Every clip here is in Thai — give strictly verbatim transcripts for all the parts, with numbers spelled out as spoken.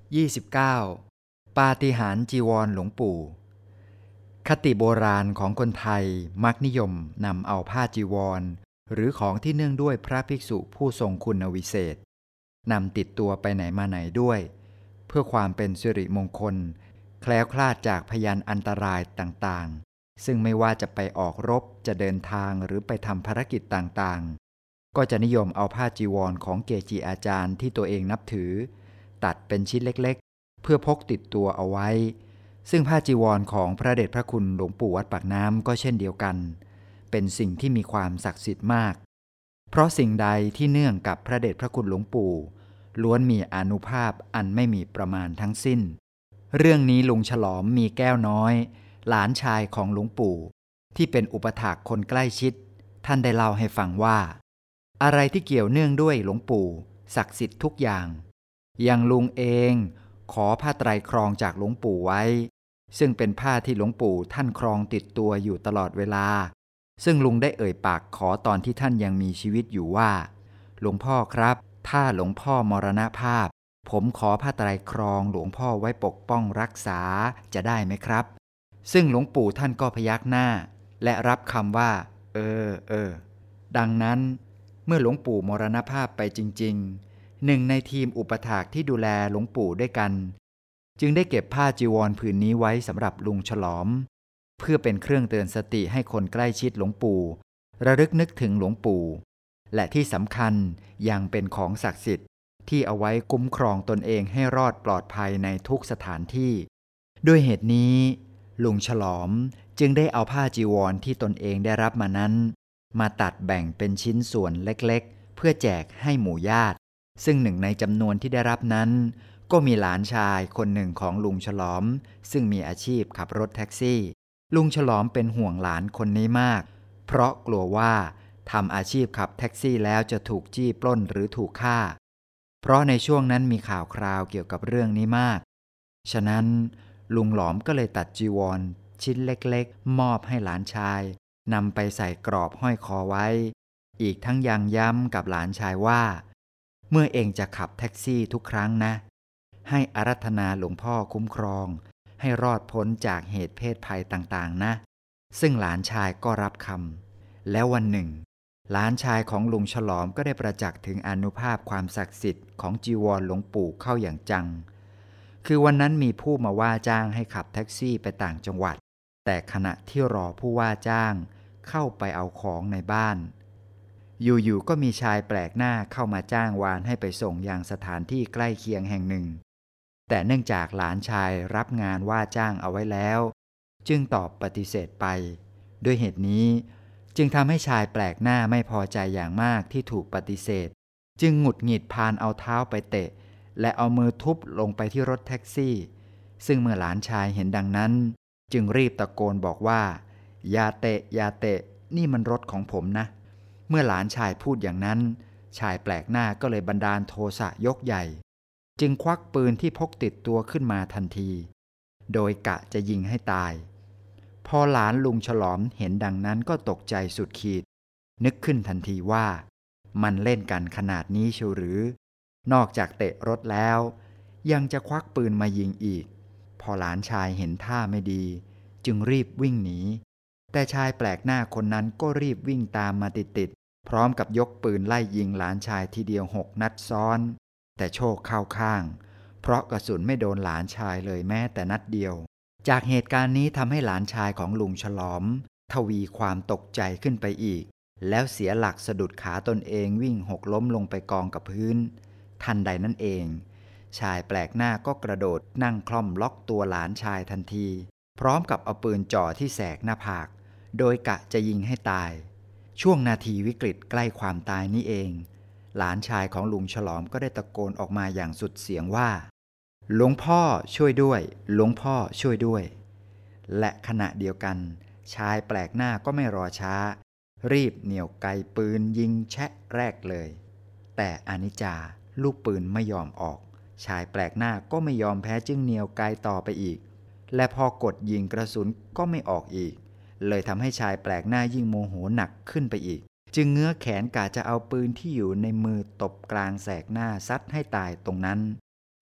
ยี่สิบเก้าปาฏิหาริย์จีวรหลวงปู่คติโบราณของคนไทยมักนิยมนำเอาผ้าจีวรหรือของที่เนื่องด้วยพระภิกษุผู้ทรงคุณวิเศษนำติดตัวไปไหนมาไหนด้วยเพื่อความเป็นสิริมงคลแคล้วคลาดจากพยันอันตรายต่างๆซึ่งไม่ว่าจะไปออกรบจะเดินทางหรือไปทำภารกิจต่างๆก็จะนิยมเอาผ้าจีวรของเกจิอาจารย์ที่ตัวเองนับถือตัดเป็นชิ้นเล็กๆเพื่อพกติดตัวเอาไว้ซึ่งผ้าจีวรของพระเดชพระคุณหลวงปู่วัดปากน้ำก็เช่นเดียวกันเป็นสิ่งที่มีความศักดิ์สิทธิ์มากเพราะสิ่งใดที่เนื่องกับพระเดชพระคุณหลวงปู่ล้วนมีอานุภาพอันไม่มีประมาณทั้งสิ้นเรื่องนี้ลุงฉลอมมีแก้วน้อยหลานชายของหลวงปู่ที่เป็นอุปถากคนใกล้ชิดท่านได้เล่าให้ฟังว่าอะไรที่เกี่ยวเนื่องด้วยหลวงปู่ศักดิ์สิทธิ์ทุกอย่างอย่างลุงเองขอผ้าไตรครองจากหลวงปู่ไว้ซึ่งเป็นผ้าที่หลวงปู่ท่านครองติดตัวอยู่ตลอดเวลาซึ่งลุงได้เอ่ยปากขอตอนที่ท่านยังมีชีวิตอยู่ว่าหลวงพ่อครับถ้าหลวงพ่อมรณภาพผมขอผ้าไตรครองหลวงพ่อไว้ปกป้องรักษาจะได้ไหมครับซึ่งหลวงปู่ท่านก็พยักหน้าและรับคำว่าเออเออดังนั้นเมื่อหลวงปู่มรณภาพไปจริงๆหนึ่งในทีมอุปถากที่ดูแลหลวงปู่ด้วยกันจึงได้เก็บผ้าจีวรผืนนี้ไว้สำหรับลุงฉลอมเพื่อเป็นเครื่องเตือนสติให้คนใกล้ชิดหลวงปู่ระลึกนึกถึงหลวงปู่และที่สำคัญยังเป็นของศักดิ์สิทธิ์ที่เอาไว้คุ้มครองตนเองให้รอดปลอดภัยในทุกสถานที่ด้วยเหตุนี้ลุงฉลอมจึงได้เอาผ้าจีวรที่ตนเองได้รับมานั้นมาตัดแบ่งเป็นชิ้นส่วนเล็กๆเพื่อแจกให้หมู่ญาติซึ่งหนึ่งในจำนวนที่ได้รับนั้นก็มีหลานชายคนหนึ่งของลุงฉลอมซึ่งมีอาชีพขับรถแท็กซี่ลุงฉลอมเป็นห่วงหลานคนนี้มากเพราะกลัวว่าทำอาชีพขับแท็กซี่แล้วจะถูกจี้ปล้นหรือถูกฆ่าเพราะในช่วงนั้นมีข่าวคราวเกี่ยวกับเรื่องนี้มากฉะนั้นลุงหลอมก็เลยตัดจีวรชิ้นเล็กๆมอบให้หลานชายนำไปใส่กรอบห้อยคอไว้อีกทั้งยังย้ำกับหลานชายว่าเมื่อเองจะขับแท็กซี่ทุกครั้งนะให้อาราธนาหลวงพ่อคุ้มครองให้รอดพ้นจากเหตุเพศภัยต่างๆนะซึ่งหลานชายก็รับคำแล้ววันหนึ่งหลานชายของลุงฉลอมก็ได้ประจักษ์ถึงอานุภาพความศักดิ์สิทธิ์ของจีวรหลวงปู่เข้าอย่างจังคือวันนั้นมีผู้มาว่าจ้างให้ขับแท็กซี่ไปต่างจังหวัดแต่ขณะที่รอผู้ว่าจ้างเข้าไปเอาของในบ้านอยู่ๆก็มีชายแปลกหน้าเข้ามาจ้างวานให้ไปส่งยังสถานที่ใกล้เคียงแห่งหนึ่งแต่เนื่องจากหลานชายรับงานว่าจ้างเอาไว้แล้วจึงตอบปฏิเสธไปด้วยเหตุนี้จึงทำให้ชายแปลกหน้าไม่พอใจอย่างมากที่ถูกปฏิเสธจึงหงุดหงิดพาลเอาเท้าไปเตะและเอามือทุบลงไปที่รถแท็กซี่ซึ่งเมื่อหลานชายเห็นดังนั้นจึงรีบตะโกนบอกว่าอย่าเตะอย่าเตะนี่มันรถของผมนะเมื่อหลานชายพูดอย่างนั้นชายแปลกหน้าก็เลยบันดาลโทสะยกใหญ่จึงควักปืนที่พกติดตัวขึ้นมาทันทีโดยกะจะยิงให้ตายพอหลานลุงฉลอมเห็นดังนั้นก็ตกใจสุดขีดนึกขึ้นทันทีว่ามันเล่นกันขนาดนี้เชียวหรือนอกจากเตะรถแล้วยังจะควักปืนมายิงอีกพอหลานชายเห็นท่าไม่ดีจึงรีบวิ่งหนีแต่ชายแปลกหน้าคนนั้นก็รีบวิ่งตามมาติดๆพร้อมกับยกปืนไล่ยิงหลานชายทีเดียวหกนัดซ้อนแต่โชคเข้าข้างเพราะกระสุนไม่โดนหลานชายเลยแม้แต่นัดเดียวจากเหตุการณ์นี้ทำให้หลานชายของลุงฉลอมทวีความตกใจขึ้นไปอีกแล้วเสียหลักสะดุดขาตนเองวิ่งหกล้มลงไปกองกับพื้นทันใดนั้นเองชายแปลกหน้าก็กระโดดนั่งคล่อมล็อกตัวหลานชายทันทีพร้อมกับเอาปืนจ่อที่แสกหน้าผากโดยกะจะยิงให้ตายช่วงนาทีวิกฤตใกล้ความตายนี้เองหลานชายของลุงฉลอมก็ได้ตะโกนออกมาอย่างสุดเสียงว่าหลวงพ่อช่วยด้วยหลวงพ่อช่วยด้วยและขณะเดียวกันชายแปลกหน้าก็ไม่รอช้ารีบเหนี่ยวไกปืนยิงแชะแรกเลยแต่อนิจจาลูกปืนไม่ยอมออกชายแปลกหน้าก็ไม่ยอมแพ้จึงเหนี่ยวไกต่อไปอีกและพอกดยิงกระสุนก็ไม่ออกอีกเลยทำให้ชายแปลกหน้ายิ่งโมโหหนักขึ้นไปอีกจึงเงื้อแขนกะจะเอาปืนที่อยู่ในมือตบกลางแสกหน้าซัดให้ตายตรงนั้น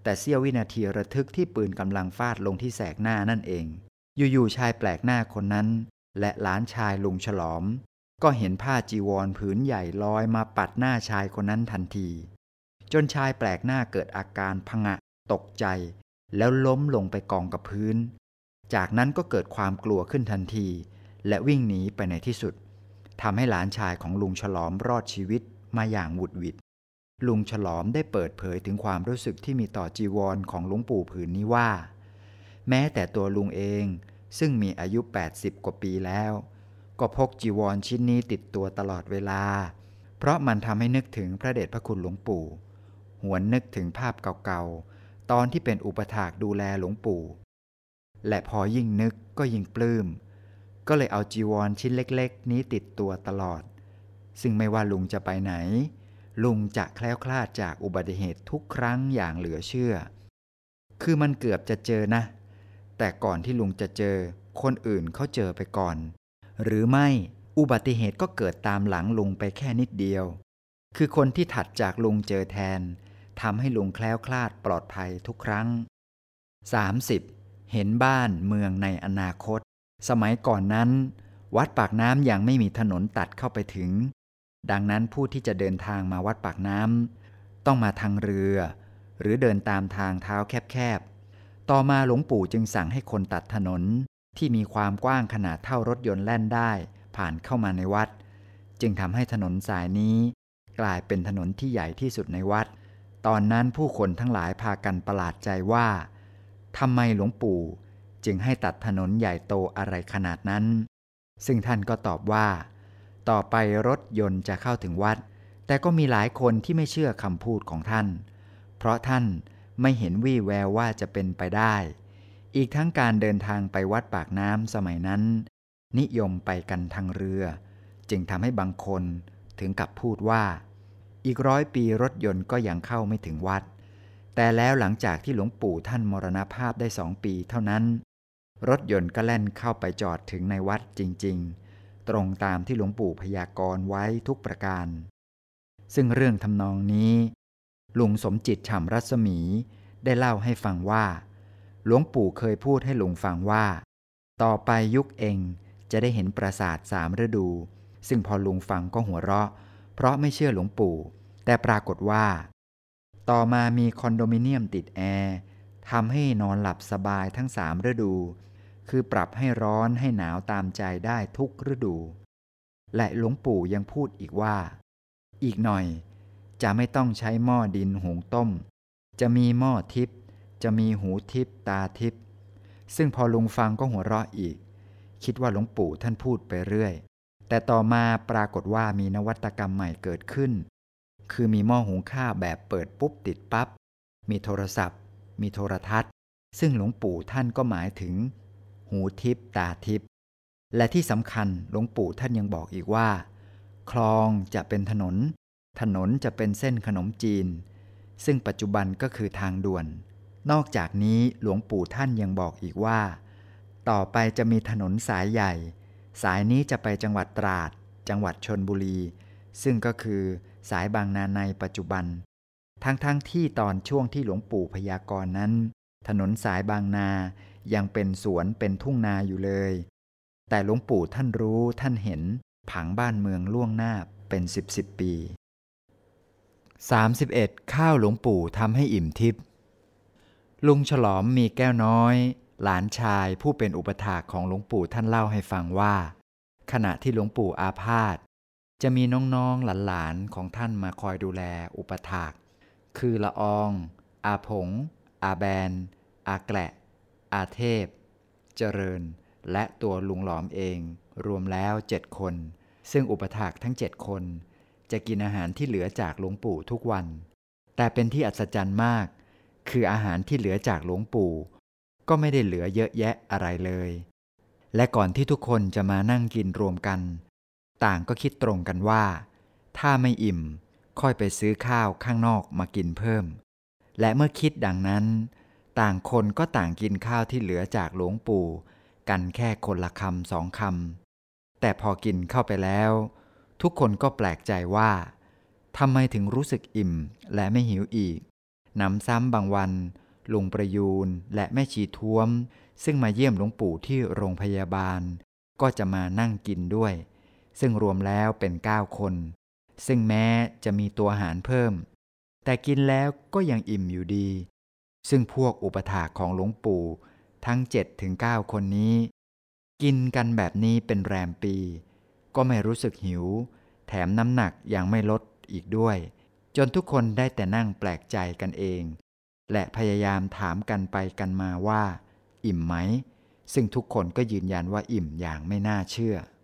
แต่เสี้ยววินาทีระทึกที่ปืนกำลังฟาดลงที่แสกหน้านั่นเองอยู่ๆชายแปลกหน้าคนนั้นและหลานชายลุงฉลอมก็เห็นผ้าจีวรผืนใหญ่ลอยมาปัดหน้าชายคนนั้นทันทีจนชายแปลกหน้าเกิดอาการผงะตกใจแล้วล้มลงไปกองกับพื้นจากนั้นก็เกิดความกลัวขึ้นทันทีและวิ่งหนีไปในที่สุดทำให้หลานชายของลุงฉลอมรอดชีวิตมาอย่างหวุดหวิดลุงฉลอมได้เปิดเผยถึงความรู้สึกที่มีต่อจีวรของหลวงปู่ผืนนี้ว่าแม้แต่ตัวลุงเองซึ่งมีอายุแปดสิบกว่าปีแล้วก็พกจีวรชิ้นนี้ติดตัวตลอดเวลาเพราะมันทำให้นึกถึงพระเดชพระคุณหลวงปู่หวนนึกถึงภาพเก่าๆตอนที่เป็นอุปถากดูแลหลวงปู่และพอยิ่งนึกก็ยิ่งปลื้มก็เลยเอาจีวรชิ้นเล็กๆนี้ติดตัวตลอดซึ่งไม่ว่าลุงจะไปไหนลุงจะแคล้วคลาดจากอุบัติเหตุทุกครั้งอย่างเหลือเชื่อคือมันเกือบจะเจอนะแต่ก่อนที่ลุงจะเจอคนอื่นเขาเจอไปก่อนหรือไม่อุบัติเหตุก็เกิดตามหลังลุงไปแค่นิดเดียวคือคนที่ถัดจากลุงเจอแทนทำให้ลุงแคล้วคลาดปลอดภัยทุกครั้ง สามสิบ เห็นบ้านเมืองในอนาคตสมัยก่อนนั้นวัดปากน้ำยังไม่มีถนนตัดเข้าไปถึงดังนั้นผู้ที่จะเดินทางมาวัดปากน้ำต้องมาทางเรือหรือเดินตามทางเท้าแคบๆต่อมาหลวงปู่จึงสั่งให้คนตัดถนนที่มีความกว้างขนาดเท่ารถยนต์แล่นได้ผ่านเข้ามาในวัดจึงทำให้ถนนสายนี้กลายเป็นถนนที่ใหญ่ที่สุดในวัดตอนนั้นผู้คนทั้งหลายพากันประหลาดใจว่าทำไมหลวงปู่จึงให้ตัดถนนใหญ่โตอะไรขนาดนั้นซึ่งท่านก็ตอบว่าต่อไปรถยนต์จะเข้าถึงวัดแต่ก็มีหลายคนที่ไม่เชื่อคำพูดของท่านเพราะท่านไม่เห็นวี่แววว่าจะเป็นไปได้อีกทั้งการเดินทางไปวัดปากน้ำสมัยนั้นนิยมไปกันทางเรือจึงทำให้บางคนถึงกับพูดว่าอีกร้อยปีรถยนต์ก็ยังเข้าไม่ถึงวัดแต่แล้วหลังจากที่หลวงปู่ท่านมรณภาพได้สองปีเท่านั้นรถยนต์ก็แล่นเข้าไปจอดถึงในวัดจริงๆตรงตามที่หลวงปู่พยากรณ์ไว้ทุกประการซึ่งเรื่องทำนองนี้ลุงสมจิตฉ่ำรัศมีได้เล่าให้ฟังว่าหลวงปู่เคยพูดให้ลุงฟังว่าต่อไปยุคเองจะได้เห็นปราสาทสามฤดูซึ่งพอลุงฟังก็หัวเราะเพราะไม่เชื่อหลวงปู่แต่ปรากฏว่าต่อมามีคอนโดมิเนียมติดแอร์ทำให้นอนหลับสบายทั้งสามฤดูคือปรับให้ร้อนให้หนาวตามใจได้ทุกฤดูและหลวงปู่ยังพูดอีกว่าอีกหน่อยจะไม่ต้องใช้หม้อดินหุงต้มจะมีหม้อทิพย์จะมีหูทิพย์ตาทิพย์ซึ่งพอลุงฟังก็หัวเราะอีกคิดว่าหลวงปู่ท่านพูดไปเรื่อยแต่ต่อมาปรากฏว่ามีนวัตกรรมใหม่เกิดขึ้นคือมีหม้อหุงข้าวแบบเปิดปุ๊บติดปั๊บมีโทรศัพท์มีโทรทัศน์ซึ่งหลวงปู่ท่านก็หมายถึงหูทิพย์ตาทิพย์และที่สำคัญหลวงปู่ท่านยังบอกอีกว่าคลองจะเป็นถนนถนนจะเป็นเส้นขนมจีนซึ่งปัจจุบันก็คือทางด่วนนอกจากนี้หลวงปู่ท่านยังบอกอีกว่าต่อไปจะมีถนนสายใหญ่สายนี้จะไปจังหวัดตราดจังหวัดชลบุรีซึ่งก็คือสายบางนาในปัจจุบันทั้งๆ ท, ที่ตอนช่วงที่หลวงปู่พยากรณ์นั้นถนนสายบางนายังเป็นสวนเป็นทุ่งนาอยู่เลยแต่หลวงปู่ท่านรู้ท่านเห็นผังบ้านเมืองล่วงหน้าเป็นสิบสิบปี สามสิบเอ็ด ข้าวหลวงปู่ทำให้อิ่มทิพย์ลุงฉลอมมีแก้วน้อยหลานชายผู้เป็นอุปถากของหลวงปู่ท่านเล่าให้ฟังว่าขณะที่หลวงปู่อาพาธจะมีน้องๆหลานๆของท่านมาคอยดูแลอุปถากคือละอองอาผงอาแบนอาแกละอาเทพเจริญและตัวลุงหลอมเองรวมแล้วเจ็ดคนซึ่งอุปถากทั้งเจ็ดคนจะกินอาหารที่เหลือจากหลวงปู่ทุกวันแต่เป็นที่อัศจรรย์มากคืออาหารที่เหลือจากหลวงปู่ก็ไม่ได้เหลือเยอะแยะอะไรเลยและก่อนที่ทุกคนจะมานั่งกินรวมกันต่างก็คิดตรงกันว่าถ้าไม่อิ่มค่อยไปซื้อข้าวข้างนอกมากินเพิ่มและเมื่อคิดดังนั้นต่างคนก็ต่างกินข้าวที่เหลือจากหลวงปู่กันแค่คนละคำสองคำแต่พอกินเข้าไปแล้วทุกคนก็แปลกใจว่าทำไมถึงรู้สึกอิ่มและไม่หิวอีกหนำซ้ำบางวันลุงประยูนและแม่ชีท้วมซึ่งมาเยี่ยมหลวงปู่ที่โรงพยาบาลก็จะมานั่งกินด้วยซึ่งรวมแล้วเป็นเก้าคนซึ่งแม้จะมีตัวอาหารเพิ่มแต่กินแล้วก็ยังอิ่มอยู่ดีซึ่งพวกอุปถากของหลวงปู่ทั้ง เจ็ดถึงเก้า คนนี้กินกันแบบนี้เป็นแรมปีก็ไม่รู้สึกหิวแถมน้ำหนักยังไม่ลดอีกด้วยจนทุกคนได้แต่นั่งแปลกใจกันเองและพยายามถามกันไปกันมาว่าอิ่มไหมซึ่งทุกคนก็ยืนยันว่าอิ่มอย่างไม่น่าเชื่อ